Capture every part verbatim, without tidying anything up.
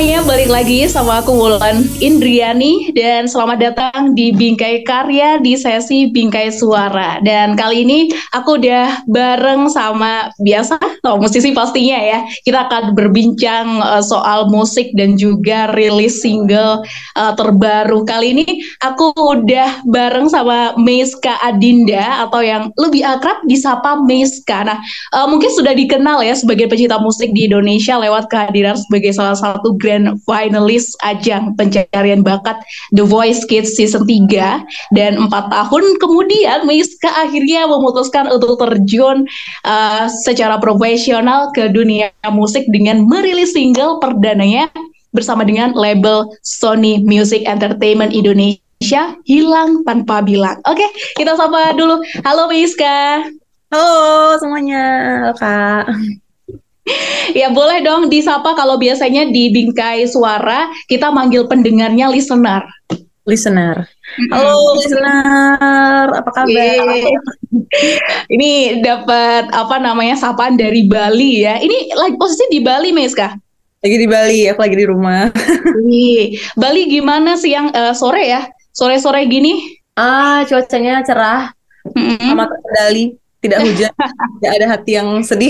semuanya, balik lagi sama aku Wulan Indriani dan selamat datang di Bingkai Karya di sesi Bingkai Suara. Dan kali ini aku udah bareng sama biasa, oh, musisi pastinya ya. Kita akan berbincang uh, soal musik dan juga rilis single uh, terbaru. Kali ini aku udah bareng sama Meiska Adinda atau yang lebih akrab disapa Meiska. Nah, uh, mungkin sudah dikenal ya sebagai pecinta musik di Indonesia lewat kehadiran sebagai salah satu grand finalis ajang pencarian bakat The Voice Kids Season tiga, dan empat tahun kemudian Meiska akhirnya memutuskan untuk terjun uh, secara profesional ke dunia musik dengan merilis single perdananya bersama dengan label Sony Music Entertainment Indonesia, Hilang Tanpa Bilang. Oke, kita sapa dulu. Halo Meiska. Halo semuanya, halo Kak. Ya boleh dong disapa, kalau biasanya di Bingkai Suara kita manggil pendengarnya listener. Listener. Halo listener, apa kabar? Yeay. Ini dapat apa namanya sapaan dari Bali ya. Ini lagi posisi di Bali, Meiska? Lagi di Bali, aku lagi di rumah. Wih, Bali gimana siang uh, sore ya? Sore-sore gini? Ah, cuacanya cerah, Mm-mm. amat terkendali. Tidak hujan, tidak ada hati yang sedih.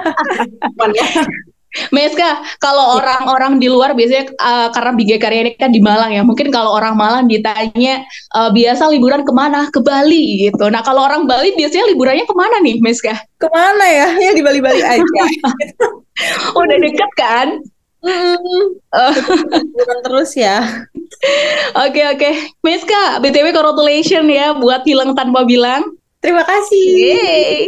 Meiska, kalau orang-orang di luar biasanya uh, karena Bingkai Karya ini kan di Malang ya, mungkin kalau orang Malang ditanya uh, biasa liburan kemana? Ke Bali gitu. Nah kalau orang Bali biasanya liburannya kemana nih, Meiska? Kemana ya? Ya di Bali-Bali aja. Udah deket kan? Mm-mm. Uh. Liburan terus ya. Oke oke, Meiska, B T W congratulations ya buat Hilang Tanpa Bilang. Terima kasih. Yeay.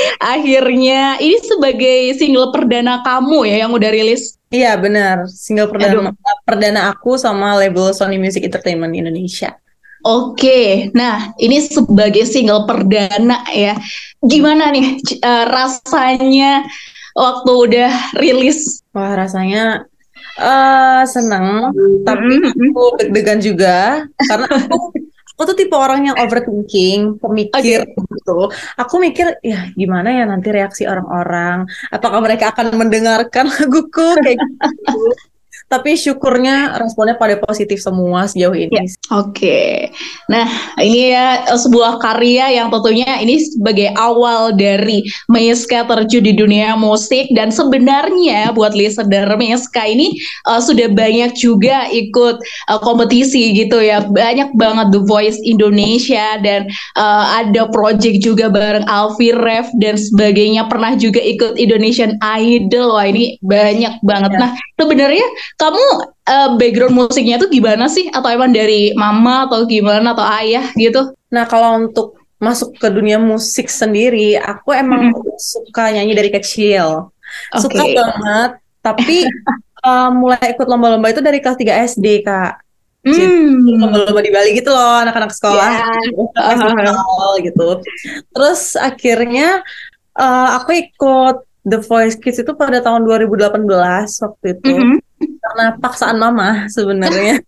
Akhirnya ini sebagai single perdana kamu ya yang udah rilis. Iya benar, single perdana perdana aku sama label Sony Music Entertainment Indonesia. Oke, nah ini sebagai single perdana ya. Gimana nih uh, rasanya waktu udah rilis? Wah rasanya uh, seneng, mm-hmm. tapi aku deg-degan juga karena aku aku tuh tipe orang yang overthinking, pemikir okay. gitu. Aku mikir, ya gimana ya nanti reaksi orang-orang? Apakah mereka akan mendengarkan laguku kayak gitu? Tapi syukurnya responnya pada positif semua sejauh ini. Ya, Oke, okay. Nah ini ya sebuah karya yang tentunya ini sebagai awal dari Meiska terjun di dunia musik, dan sebenarnya buat listener Meiska ini uh, sudah banyak juga ikut uh, kompetisi gitu ya, banyak banget The Voice Indonesia dan uh, ada project juga bareng Alfie Rev dan sebagainya, pernah juga ikut Indonesian Idol. Wah ini banyak banget. Ya. Nah sebenarnya kamu uh, background musiknya tuh gimana sih? Atau emang dari mama atau gimana atau ayah gitu? Nah kalau untuk masuk ke dunia musik sendiri, aku emang mm-hmm. suka nyanyi dari kecil, okay. suka banget. Tapi uh, mulai ikut lomba-lomba itu dari kelas tiga S D Kak. Jadi mm. lomba-lomba di Bali gitu loh, anak-anak sekolah, yeah. festival gitu. Terus akhirnya uh, aku ikut The Voice Kids itu pada tahun dua ribu delapan belas waktu itu. Mm-hmm. Karena paksaan mama sebenarnya.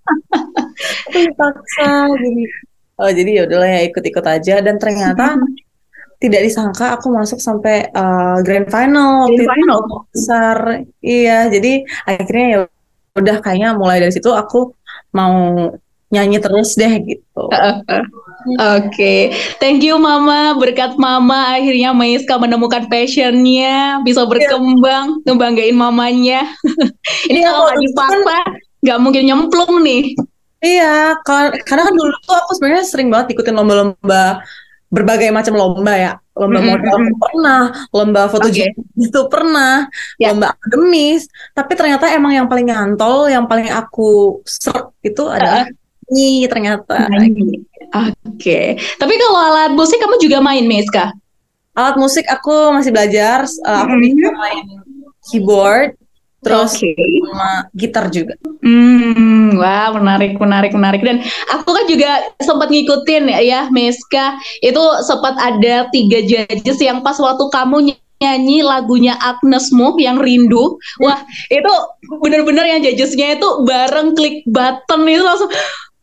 Aku dipaksa jadi oh jadi ya udahlah ya ikut-ikut aja, dan ternyata mm-hmm. tidak disangka aku masuk sampai uh, grand final waktu grand final itu besar. Iya, jadi akhirnya ya udah kayaknya mulai dari situ aku mau nyanyi terus deh gitu. Uh, uh. Oke, okay. Thank you Mama. Berkat Mama akhirnya Meiska menemukan passionnya, bisa berkembang, yeah. ngebanggain mamanya. Ini yeah, kalau nggak dipaksa, nggak kan mungkin nyemplung nih. Iya, karena kan dulu tuh aku sebenarnya sering banget ikutin lomba-lomba, berbagai macam lomba ya, lomba mm-hmm. modal pernah, lomba fotogenik okay. itu pernah, yeah. lomba akademis. Tapi ternyata emang yang paling nyantol, yang paling aku seret itu adalah uh. nyanyi ternyata. Nyanyi. Oke, okay. Tapi kalau alat musik kamu juga main, Meiska? Alat musik aku masih belajar, uh, aku mm-hmm. bisa main keyboard, terus okay. sama gitar juga. Hmm, wah menarik, menarik, menarik. Dan aku kan juga sempat ngikutin ya, Meiska, itu sempat ada tiga judges yang pas waktu kamu nyanyi lagunya Agnes Mo yang Rindu. Wah, itu bener-bener yang judgesnya itu bareng klik button itu langsung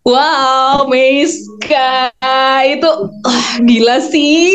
wow, Meiska itu oh, gila sih.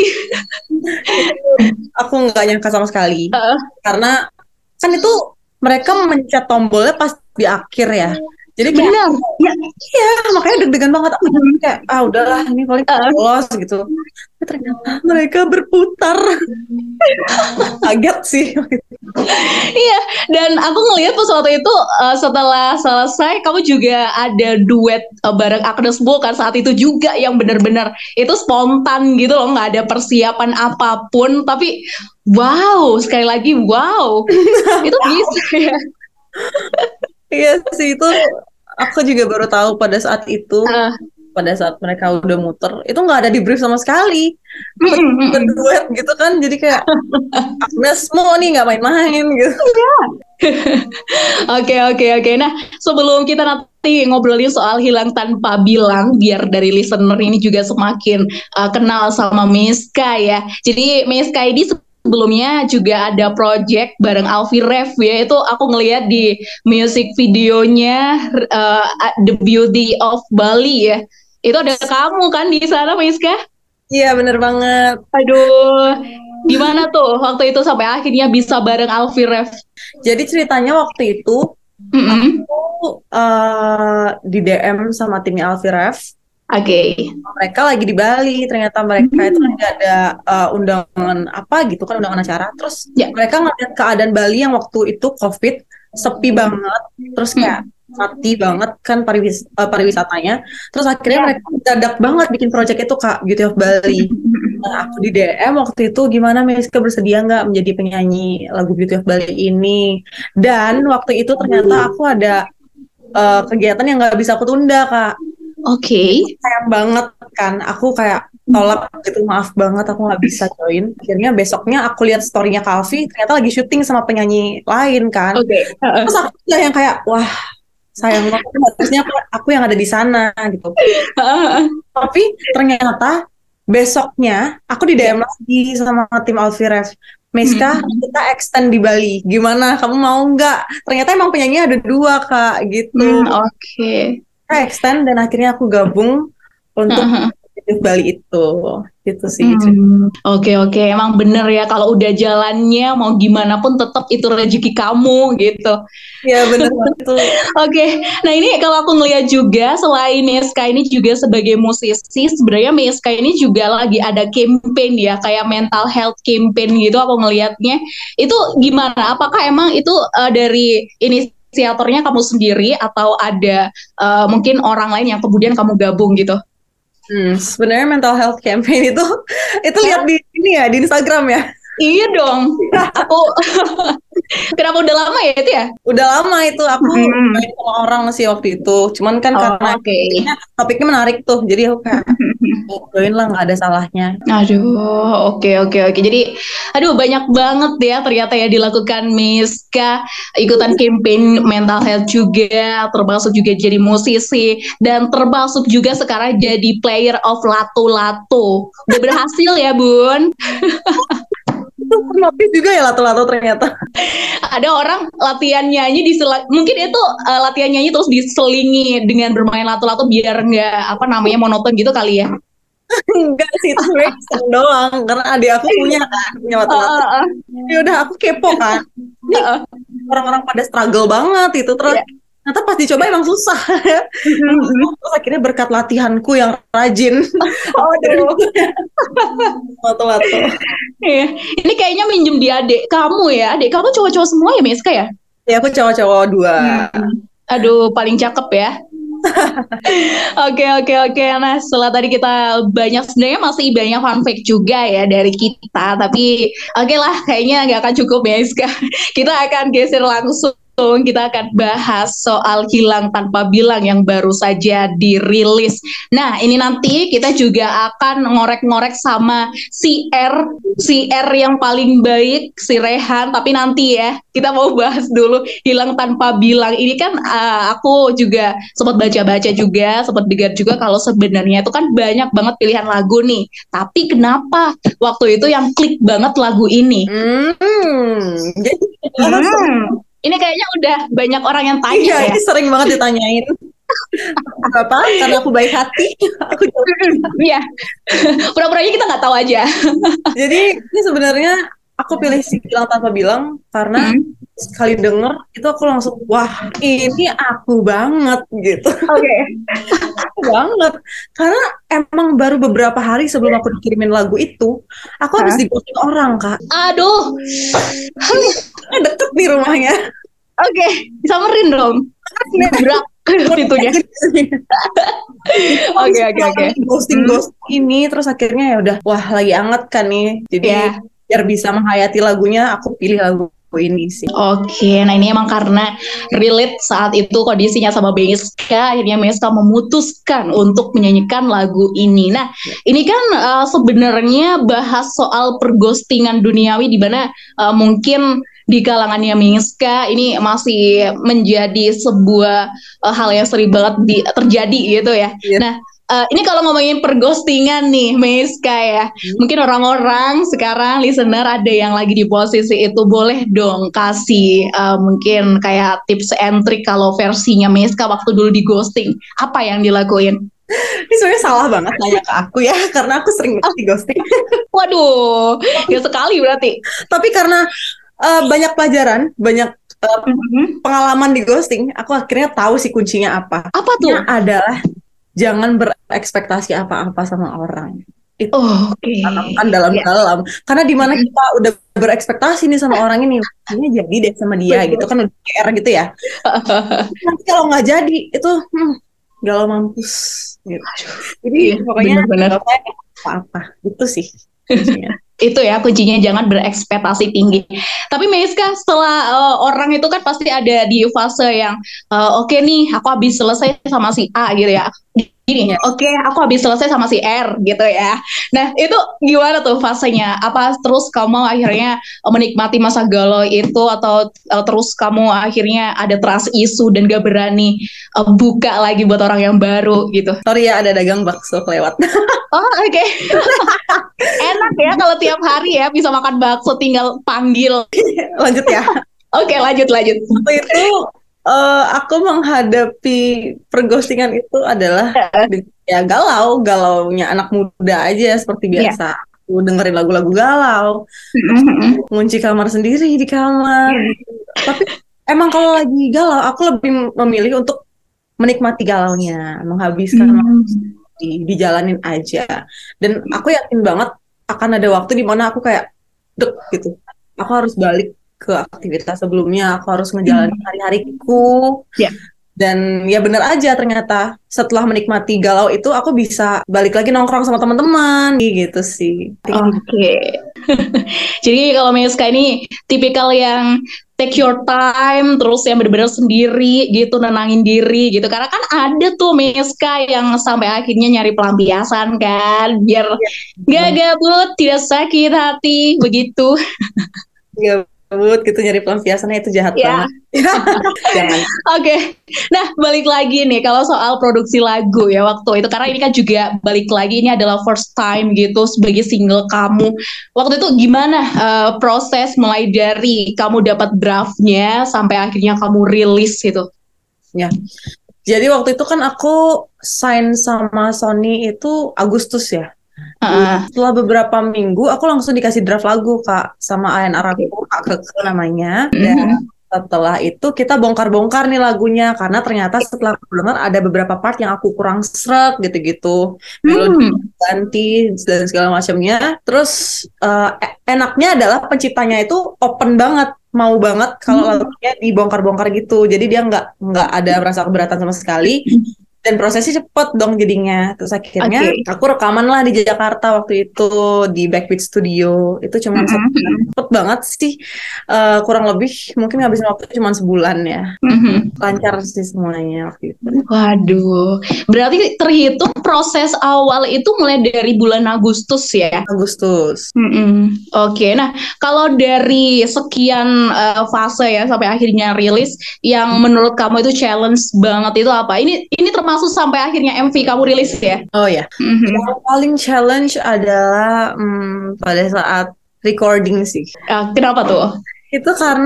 Aku nggak nyangka sama sekali, uh. karena kan itu mereka mencet tombolnya pas di akhir ya. Jadi kayak, benar. Ya, iya, makanya deg-degan banget. Aku jadi kayak, ah udahlah, ini paling Uh. lolos gitu. Tapi ternyata mereka berputar. Kaget sih. Iya, dan aku ngelihat pas waktu itu uh, setelah selesai kamu juga ada duet uh, bareng Agnes Mo kan saat itu juga yang benar-benar itu spontan gitu loh, nggak ada persiapan apapun, tapi wow, sekali lagi wow, itu bisa ya. Iya sih, itu aku juga baru tahu pada saat itu. Uh. Pada saat mereka udah muter, itu nggak ada di brief sama sekali. Duet gitu kan, jadi kayak Agnes Mo nih nggak main-main gitu. Oke oke oke. Nah, sebelum kita nanti ngobrolin soal Hilang Tanpa Bilang, biar dari listener ini juga semakin uh, kenal sama Miska ya. Jadi Miska ini sebelumnya juga ada project bareng Alfie Rev ya. Itu aku ngelihat di music videonya uh, The Beauty of Bali ya. Itu ada kamu kan di sana, Miska? Iya, bener banget. Aduh, gimana tuh waktu itu sampai akhirnya bisa bareng Alfie Rev? Jadi ceritanya waktu itu mm-hmm. aku uh, di D M sama timnya Alfie Rev. Oke. Okay. Mereka lagi di Bali. Ternyata mereka mm-hmm. itu lagi ada uh, undangan apa gitu kan, undangan acara. Terus yeah. mereka ngeliat keadaan Bali yang waktu itu COVID sepi banget. Terus kayak mm-hmm. mati banget kan pariwis, uh, pariwisatanya. Terus akhirnya yeah. mereka dadak banget bikin project itu Kak, Beauty of Bali. Nah, aku di D M waktu itu, gimana Miska bersedia nggak menjadi penyanyi lagu Beauty of Bali ini? Dan waktu itu ternyata aku ada uh, kegiatan yang nggak bisa aku tunda Kak. Oke. Okay. Sayang banget kan, aku kayak tolak gitu, maaf banget aku nggak bisa join. Akhirnya besoknya aku lihat story-nya Kalvi, ternyata lagi syuting sama penyanyi lain kan. Oke. Okay. Uh-uh. Terus aku yang kayak, wah sayang banget, harusnya aku, aku yang ada di sana gitu. Tapi ternyata besoknya aku di D M lagi sama tim Alfie Rev. Miska, hmm. kita extend di Bali. Gimana? Kamu mau nggak? Ternyata emang penyanyi ada dua Kak, gitu. Hmm, Oke. Okay. Kita extend dan akhirnya aku gabung untuk uh-huh. di Bali itu. Gitu sih. Oke hmm. oke, okay, okay. Emang bener ya kalau udah jalannya mau gimana pun tetap itu rezeki kamu gitu. Iya bener banget. Oke, okay. Nah ini kalau aku ngeliat juga selain Miska ini juga sebagai musisi, sebenarnya Miska ini juga lagi ada campaign ya, kayak mental health campaign gitu. Aku ngelihatnya itu gimana? Apakah emang itu uh, dari inisiatornya kamu sendiri atau ada uh, mungkin orang lain yang kemudian kamu gabung gitu? Hmm, sebenarnya mental health campaign itu itu ya? Lihat di ini ya, di Instagram ya. Iya dong. Aku kenapa udah lama ya itu ya? Udah lama itu aku hmm. main sama orang sih waktu itu. Cuman kan oh, karena okay. topiknya menarik tuh, jadi aku kayak join lah, nggak ada salahnya. Aduh, oke okay, oke okay, oke. Okay. Jadi, aduh banyak banget ya ternyata ya dilakukan Miska, ikutan campaign mental health juga, termasuk juga jadi musisi dan termasuk juga sekarang jadi player of lato-lato. Udah berhasil ya Bun? Itu notis juga ya lato-lato ternyata. Ada orang latihan nyanyi disel- mungkin itu uh, latihan nyanyi terus diselingi dengan bermain lato-lato biar nggak apa namanya monoton gitu kali ya. Enggak sih, itu iseng doang karena adik aku punya kan, punya lato-lato. Uh, uh, uh. Ya udah aku kepo kan. Ini uh, uh. orang-orang pada struggle banget itu terus. Yeah. Ternyata pas dicoba emang susah. Mm-hmm. Terus akhirnya berkat latihanku yang rajin. Oh, lato-lato. Iya. Ini kayaknya minjem di adik kamu ya. Adik kamu cowok-cowok semua ya, Miska ya? Ya, aku cowok-cowok dua. Hmm. Aduh, paling cakep ya. Oke oke oke. Nah setelah tadi kita banyak, sebenarnya masih banyak fun fact juga ya dari kita. Tapi oke okay lah, kayaknya nggak akan cukup ya Miska. Kita akan geser langsung. Kita akan bahas soal Hilang Tanpa Bilang yang baru saja dirilis. Nah ini nanti kita juga akan ngorek-ngorek sama si R, si R yang paling baik, si Rehan. Tapi nanti ya kita mau bahas dulu Hilang Tanpa Bilang. Ini kan uh, aku juga sempat baca-baca juga, sempat dengar juga kalau sebenarnya itu kan banyak banget pilihan lagu nih. Tapi kenapa waktu itu yang klik banget lagu ini? Hmm. Hmm. Ini kayaknya udah banyak orang yang tanya iya, ya. Iya, sering banget ditanyain. Apa? Karena aku baik hati. Aku Iya. Pura-puranya kita nggak tahu aja. Jadi ini sebenarnya aku pilih si Hilang Tanpa Bilang karena hmm. sekali denger itu aku langsung wah ini aku banget gitu. Oke. Okay. Aku banget karena emang baru beberapa hari sebelum aku dikirimin lagu itu aku habis di-ghosting orang Kak. Aduh, deket nih rumahnya. Oke, okay. Disamperin dong. Berak pintunya. Oke oke oke. Ghosting ghosting ini terus akhirnya ya udah wah lagi anget kan nih. Jadi yeah. biar bisa menghayati lagunya aku pilih lagu ini sih. Oke, nah ini emang karena relate saat itu kondisinya sama Meiska, akhirnya Meiska memutuskan untuk menyanyikan lagu ini. Nah, ini kan uh, sebenarnya bahas soal perghostingan duniawi di mana uh, mungkin di kalangannya Meiska ini masih menjadi sebuah uh, hal yang sering banget di, terjadi gitu ya. Yeah. Nah, Uh, ini kalau ngomongin perghostingan nih Meiska ya, hmm. mungkin orang-orang sekarang listener ada yang lagi di posisi itu, boleh dong kasih uh, mungkin kayak tips and trick kalau versinya Meiska waktu dulu di ghosting, apa yang dilakuin? Ini sebenarnya salah banget nanya ke aku ya, karena aku sering banget di ghosting. Waduh, ya sekali berarti. Tapi karena uh, banyak pelajaran, banyak uh, mm-hmm. pengalaman di ghosting, aku akhirnya tahu sih kuncinya apa. Apa tuh? Kuncinya adalah jangan berekspektasi apa-apa sama orang. Itu oh, okay. tanamkan dalam-dalam. Yeah. Karena di mana kita udah berekspektasi nih sama orang ini, ini jadi deh sama dia gitu kan udah K R gitu ya. Nanti kalau nggak jadi itu hmm, galau mampus. Gitu. Jadi yeah, pokoknya nggak apa-apa. Itu sih. Itu ya kuncinya, jangan berekspektasi tinggi. Tapi Meiska setelah uh, orang itu kan pasti ada di fase yang uh, oke okay nih aku habis selesai sama si A gitu ya. Gini, oke okay, aku habis selesai sama si R gitu ya. Nah itu gimana tuh fasenya? Apa terus kamu akhirnya menikmati masa galau itu atau uh, terus kamu akhirnya ada trust issue dan gak berani uh, buka lagi buat orang yang baru gitu? Sorry ya ada dagang bakso lewat. Oh oke. Okay. Enak ya kalau tiap hari ya bisa makan bakso tinggal panggil. Lanjut ya. Oke okay, lanjut lanjut. Itu Uh, aku menghadapi perghostingan itu adalah ya galau, galaunya anak muda aja seperti biasa. Yeah. Aku dengerin lagu-lagu galau, mm-hmm. ngunci kamar sendiri di kamar. Yeah. Tapi emang kalau lagi galau, aku lebih memilih untuk menikmati galaunya, menghabiskan mm-hmm. waktu, dijalanin aja. Dan aku yakin banget akan ada waktu di mana aku kayak dek gitu. Aku harus balik ke aktivitas sebelumnya, aku harus ngejalanin hmm. hari-hariku. Yeah. Dan ya bener aja ternyata setelah menikmati galau itu aku bisa balik lagi nongkrong sama teman-teman gitu sih. Oke. Okay. Jadi kalau Meiska ini tipikal yang take your time, terus yang benar-benar sendiri gitu, nenangin diri gitu. Karena kan ada tuh Meiska yang sampai akhirnya nyari pelampiasan kan, biar yeah. gak gabut, tidak sakit hati, begitu. Iya. Gitu nyari pelampiasannya itu jahat yeah. banget. Jangan. Oke, okay. Nah balik lagi nih kalau soal produksi lagu ya waktu itu, karena ini kan juga balik lagi ini adalah first time gitu sebagai single kamu. Waktu itu gimana uh, proses mulai dari kamu dapat draftnya sampai akhirnya kamu rilis gitu? Ya, jadi waktu itu kan aku sign sama Sony itu Agustus ya. Uh. Setelah beberapa minggu aku langsung dikasih draft lagu Kak sama A and R aku, Kak Keke namanya. Dan setelah itu kita bongkar-bongkar nih lagunya karena ternyata setelah aku dengar ada beberapa part yang aku kurang seret gitu-gitu, melodi hmm. ganti dan segala macamnya. Terus uh, enaknya adalah penciptanya itu open banget, mau banget kalau hmm. lagunya dibongkar-bongkar gitu. Jadi dia nggak nggak ada merasa keberatan sama sekali. Dan prosesnya cepet dong jadinya. Terus akhirnya okay. aku rekaman lah di Jakarta waktu itu di Backbeat Studio. Itu cuma mm-hmm. cepet banget sih. Uh, kurang lebih mungkin ngabisin waktu cuma sebulan ya. Mm-hmm. Lancar sih semuanya waktu itu. Waduh. Berarti terhitung proses awal itu mulai dari bulan Agustus ya? Agustus. Mm-hmm. Oke. Okay. Nah kalau dari sekian uh, fase ya sampai akhirnya rilis, yang mm-hmm. menurut kamu itu challenge banget itu apa? Ini ini termasuk Masuk sampai akhirnya M V kamu rilis ya? Oh ya, mm-hmm. yang paling challenge adalah hmm, pada saat recording sih. Uh, kenapa tuh? Itu karena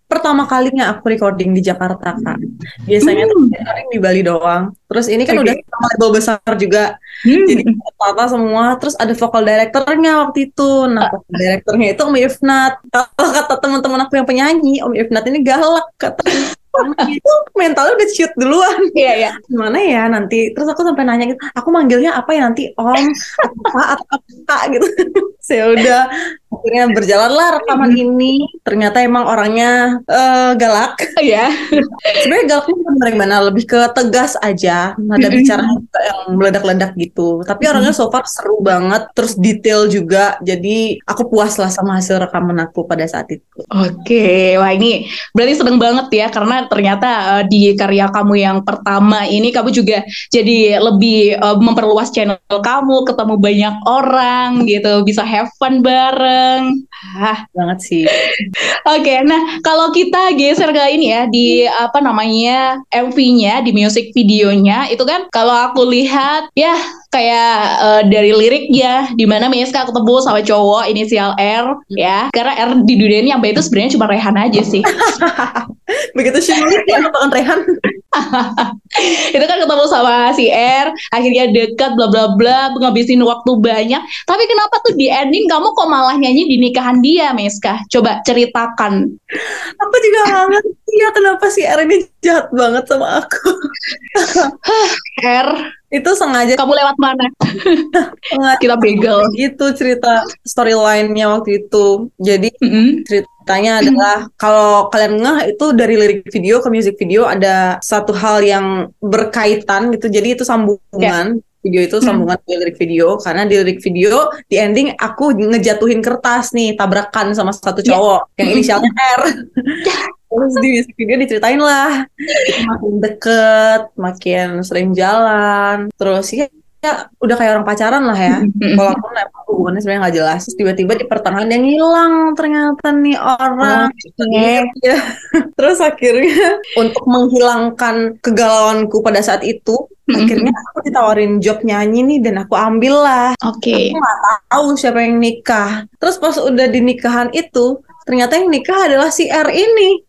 pertama kalinya aku recording di Jakarta, Kak. Biasanya tuh Hmm. recording di Bali doang. Terus ini kan Oke. udah sama label besar juga. Jadi Hmm. apa semua. Terus ada vocal directornya waktu itu. Nah, vocal directornya itu Om Ifnat. Kalau kata teman-teman aku yang penyanyi, Om Ifnat ini galak katanya. Itu mentalnya udah shoot duluan. Iya, iya. Gimana ya nanti? Terus aku sampai nanya gitu, aku manggilnya apa ya nanti, Om atau Pak atau apa gitu. Saya udah akhirnya berjalanlah rekaman ini. Ternyata emang orangnya eh, galak. Iya. Sebenarnya galaknya bukan gimana, lebih ke tegas aja. Nada bicaranya juga yang meledak-ledak gitu. Tapi orangnya so far seru banget, terus detail juga. Jadi aku puas lah sama hasil rekaman aku pada saat itu. Oke, wah ini berarti seneng banget ya karena ternyata uh, di karya kamu yang pertama ini kamu juga jadi lebih uh, memperluas channel kamu, ketemu banyak orang gitu, bisa have fun bareng. Ah, Banget sih. oke, nah kalau kita geser ke ini ya di apa namanya M V-nya, di music videonya itu kan kalau aku lihat ya kayak uh, dari liriknya di mana Miska ketemu sama cowok inisial R ya, karena R di dunia ini sampai itu sebenarnya cuma Rehan aja sih. Begitu sulit ya melupakan Rehan. Itu kan ketemu sama si R, akhirnya dekat bla bla bla, ngabisin waktu banyak. Tapi kenapa tuh di ending kamu kok malah nyanyi di nikahan dia, Miska? Coba ceritakan. Aku juga gak ngerti ya kenapa si R ini jahat banget sama aku. R, Itu sengaja kamu lewat mana? sengaja Kita begal. gitu cerita storyline-nya waktu itu. Jadi Mm-mm. ceritanya adalah kalau kalian ngeh itu dari lirik video ke music video ada satu hal yang berkaitan gitu. Jadi itu sambungan. Video itu sambungan di lirik video karena di lirik video di ending aku ngejatuhin kertas nih tabrakan sama satu cowok yang inisialnya R. Terus di music video diceritain lah kita makin deket, makin sering jalan, terus ya, ya udah kayak orang pacaran lah ya. Walaupun emang hubungannya sebenarnya nggak jelas. Terus tiba-tiba di pertengahan dia ngilang ternyata nih orang. Oke. Ya. Terus akhirnya untuk menghilangkan kegalauanku pada saat itu, akhirnya aku ditawarin job nyanyi nih dan aku ambil lah. Oke. Aku nggak tahu siapa yang nikah. Terus pas udah di nikahan itu, ternyata yang nikah adalah si R ini.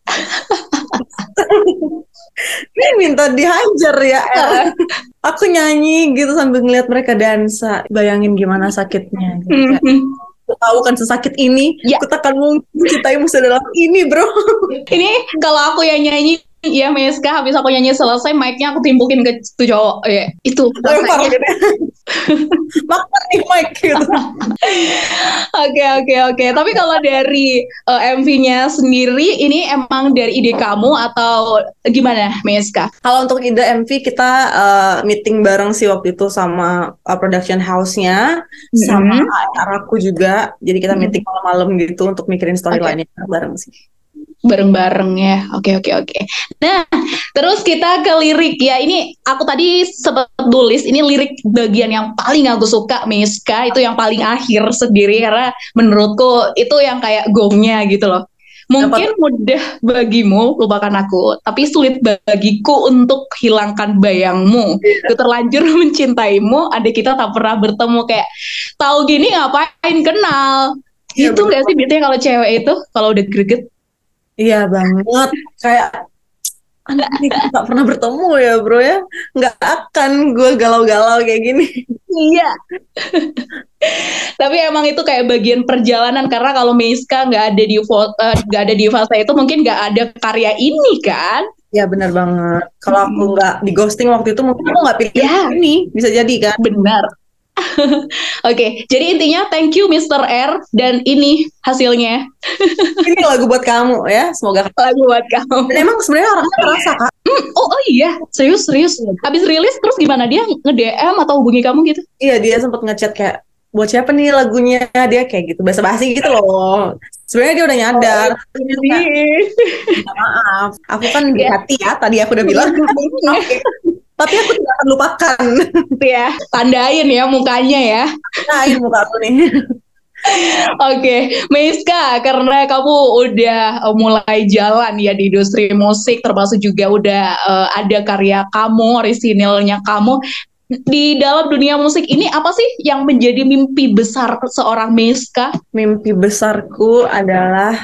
Ini minta dihajar ya R. Aku nyanyi gitu sambil ngeliat mereka dansa. Bayangin gimana sakitnya. Gitu. Kayak, aku tahu kan sesakit ini. Ya. Aku takkan mungkin mencintaimu sedalam ini, bro. Ini kalau aku yang nyanyi ya Miska, habis aku nyanyi selesai mic-nya aku timpukin ke tuh cowok. Ya, itu Lempar rasanya. gitu. Makan nih mic gitu. Oke oke oke. Tapi kalau dari uh, M V-nya sendiri ini emang dari ide kamu atau gimana, Miska? Kalau untuk ide M V kita uh, meeting bareng sih waktu itu sama uh, production house-nya, mm-hmm. sama A R aku juga. Jadi kita meeting mm-hmm. malam-malam gitu untuk mikirin storyline-nya okay. bareng sih. Bareng-bareng ya. Oke oke oke. Nah, terus kita ke lirik ya. Ini aku tadi sempat tulis ini lirik bagian yang paling aku suka, Miska, itu yang paling akhir sendiri karena menurutku itu yang kayak gongnya gitu loh. Mungkin Dapat. mudah bagimu lupakan aku, tapi sulit bagiku untuk hilangkan bayangmu. Ku terlanjur mencintaimu, adik kita tak pernah bertemu, kayak tahu gini ngapain kenal. Ya, itu nggak sih biasanya kalau cewek itu kalau udah greget? Iya banget, kayak anak ini gak pernah bertemu ya bro ya, nggak akan gue galau-galau kayak gini. Iya. Tapi emang itu kayak bagian perjalanan karena kalau Miska nggak ada di nggak uh, ada di fase itu mungkin nggak ada karya ini kan? Ya benar banget. Kalau aku nggak di ghosting waktu itu mungkin aku nggak pilih ya. Ini bisa jadi kan? Benar. Oke, okay, jadi intinya thank you mister R dan ini hasilnya. Ini lagu buat kamu ya, semoga lagu buat kamu. Dan emang sebenarnya orangnya terasa kak. Hmm, oh, oh iya, serius serius. Habis rilis terus gimana dia nge-D M atau hubungi kamu gitu? Iya dia sempat ngechat kayak buat siapa nih lagunya, dia kayak gitu basa-basi gitu loh. Sebenarnya dia udah nyadar. Oh, ini. Maaf, aku kan di hati ya. Tadi aku udah bilang. Okay. Tapi aku tidak akan lupakan. Ya, tandain ya mukanya ya. Tandain muka aku nih. Oke, okay. Miska, karena kamu udah uh, mulai jalan ya di industri musik, termasuk juga udah uh, ada karya kamu, orisinilnya kamu. Di dalam dunia musik ini apa sih yang menjadi mimpi besar seorang Miska? Mimpi besarku adalah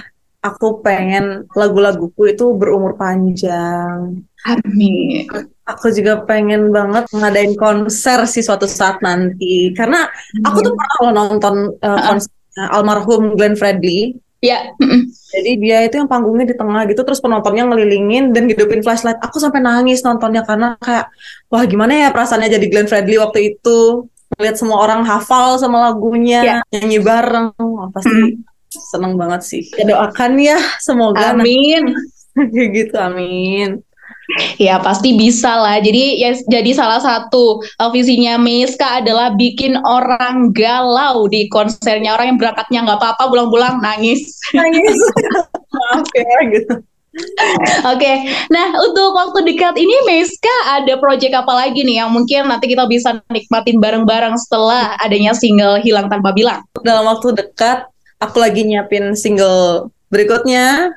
aku pengen lagu-laguku itu berumur panjang. Amin. Aku juga pengen banget ngadain konser sih suatu saat nanti. Karena aku tuh pernah loh nonton uh, konsernya almarhum Glenn Fredly. Ya. Jadi dia itu yang panggungnya di tengah gitu, terus penontonnya ngelilingin dan hidupin flashlight. Aku sampai nangis nontonnya karena kayak, wah gimana ya perasaannya jadi Glenn Fredly waktu itu. Ngeliat semua orang hafal sama lagunya, ya. Nyanyi bareng. Wah, pasti hmm. seneng banget sih. Ya doakan ya, semoga. Amin. Kayak gitu, amin. Ya pasti bisa lah. Jadi ya jadi salah satu uh, visinya Meiska adalah bikin orang galau di konsernya. Orang yang berangkatnya nggak apa-apa, pulang-pulang nangis. Nangis. Maaf ya gitu. Oke, okay. Nah untuk waktu dekat ini Meiska ada project apa lagi nih yang mungkin nanti kita bisa nikmatin bareng-bareng setelah adanya single Hilang Tanpa Bilang? Dalam waktu dekat aku lagi nyiapin single berikutnya.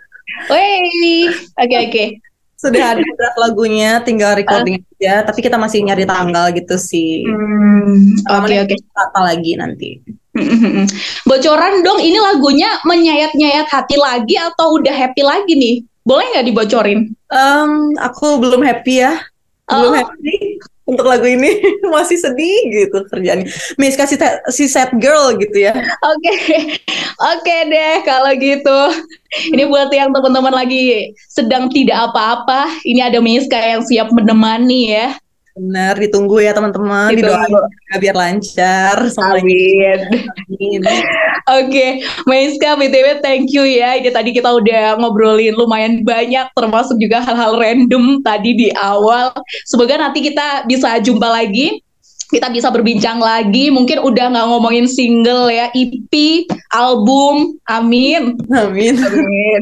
Wey, oke okay, oke. Okay. Sudah ada draft lagunya, tinggal recording uh. aja. Tapi kita masih nyari tanggal gitu sih. Hmm, oke oke. Okay. Apa lagi nanti? Bocoran dong, ini lagunya menyayat-nyayat hati lagi atau udah happy lagi nih? Boleh nggak dibocorin? Um, aku belum happy ya, belum oh. happy untuk lagu ini. Masih sedih gitu kerjaannya. Meiska si, si sad girl gitu ya. Oke, okay. oke okay deh kalau gitu. Ini buat yang teman-teman lagi sedang tidak apa-apa, ini ada Meiska yang siap menemani ya. Benar, ditunggu ya teman-teman, didoain biar lancar semuanya. Amin. Amin. Oke, okay. Meiska B T W thank you ya. Ini tadi kita udah ngobrolin lumayan banyak, termasuk juga hal-hal random tadi di awal. Semoga nanti kita bisa jumpa lagi. Kita bisa berbincang lagi, mungkin udah nggak ngomongin single ya, E P, album, amin. Amin. Amin.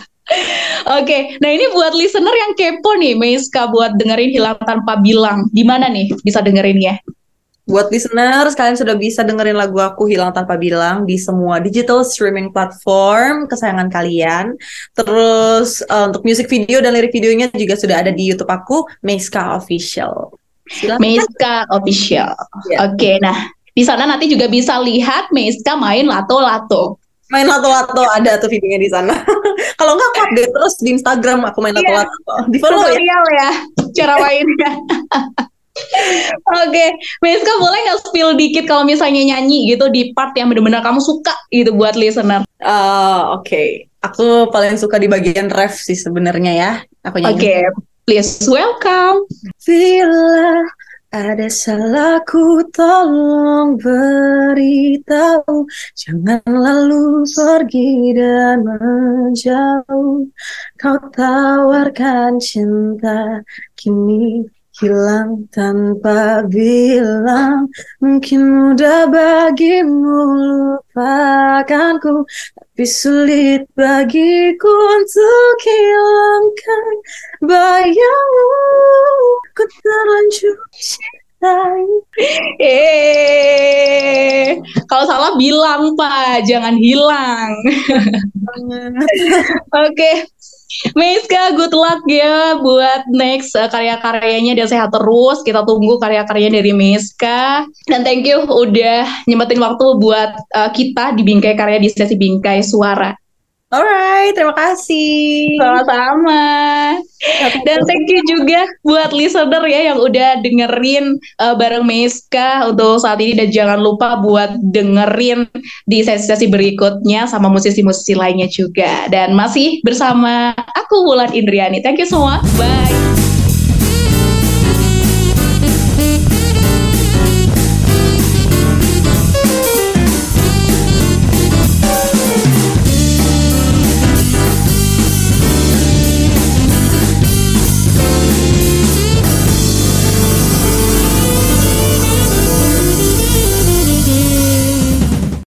Oke, okay. Nah ini buat listener yang kepo nih, Meiska buat dengerin Hilang Tanpa Bilang, gimana nih bisa dengerinnya? Buat listener, kalian sudah bisa dengerin lagu aku Hilang Tanpa Bilang di semua digital streaming platform kesayangan kalian. Terus uh, untuk music video dan lirik videonya juga sudah ada di YouTube aku, Meiska Official. Silakan. Meiska Official. Yeah. Oke, okay, nah di sana nanti juga bisa lihat Meiska main lato-lato. Main lato-lato ada tuh videonya di sana. Kalau nggak aku update terus di Instagram aku main yeah. lato-lato. Di follow ya. ya cara mainnya. Oke, okay. Meiska boleh nggak spill dikit kalau misalnya nyanyi gitu di part yang benar-benar kamu suka gitu buat listener? Uh, Oke, okay. Aku paling suka di bagian ref sih sebenarnya ya. Aku nyanyi. Oke. Okay. Please welcome. Bila ada salahku tolong beritahu, jangan lalu pergi dan menjauh. Kau tawarkan cinta kini hilang tanpa bilang. Mungkin mudah bagimu lupakanku, tapi sulit bagiku untuk hilangkan bayangmu. Ku terlanjur cintai. Eh, kalau salah bilang Pak, jangan hilang. Oke. Okay. Meiska, good luck ya buat next uh, karya-karyanya dan sehat terus. Kita tunggu karya-karyanya dari Meiska. Dan thank you udah nyempetin waktu buat uh, kita di Bingkai Karya di sesi Bingkai Suara. Alright, terima kasih. Sama-sama. Dan thank you juga buat listener ya yang udah dengerin uh, bareng Meiska untuk saat ini. Dan jangan lupa buat dengerin di sesi-sesi berikutnya sama musisi-musisi lainnya juga. Dan masih bersama aku Wulan Indriani. Thank you semua. Bye.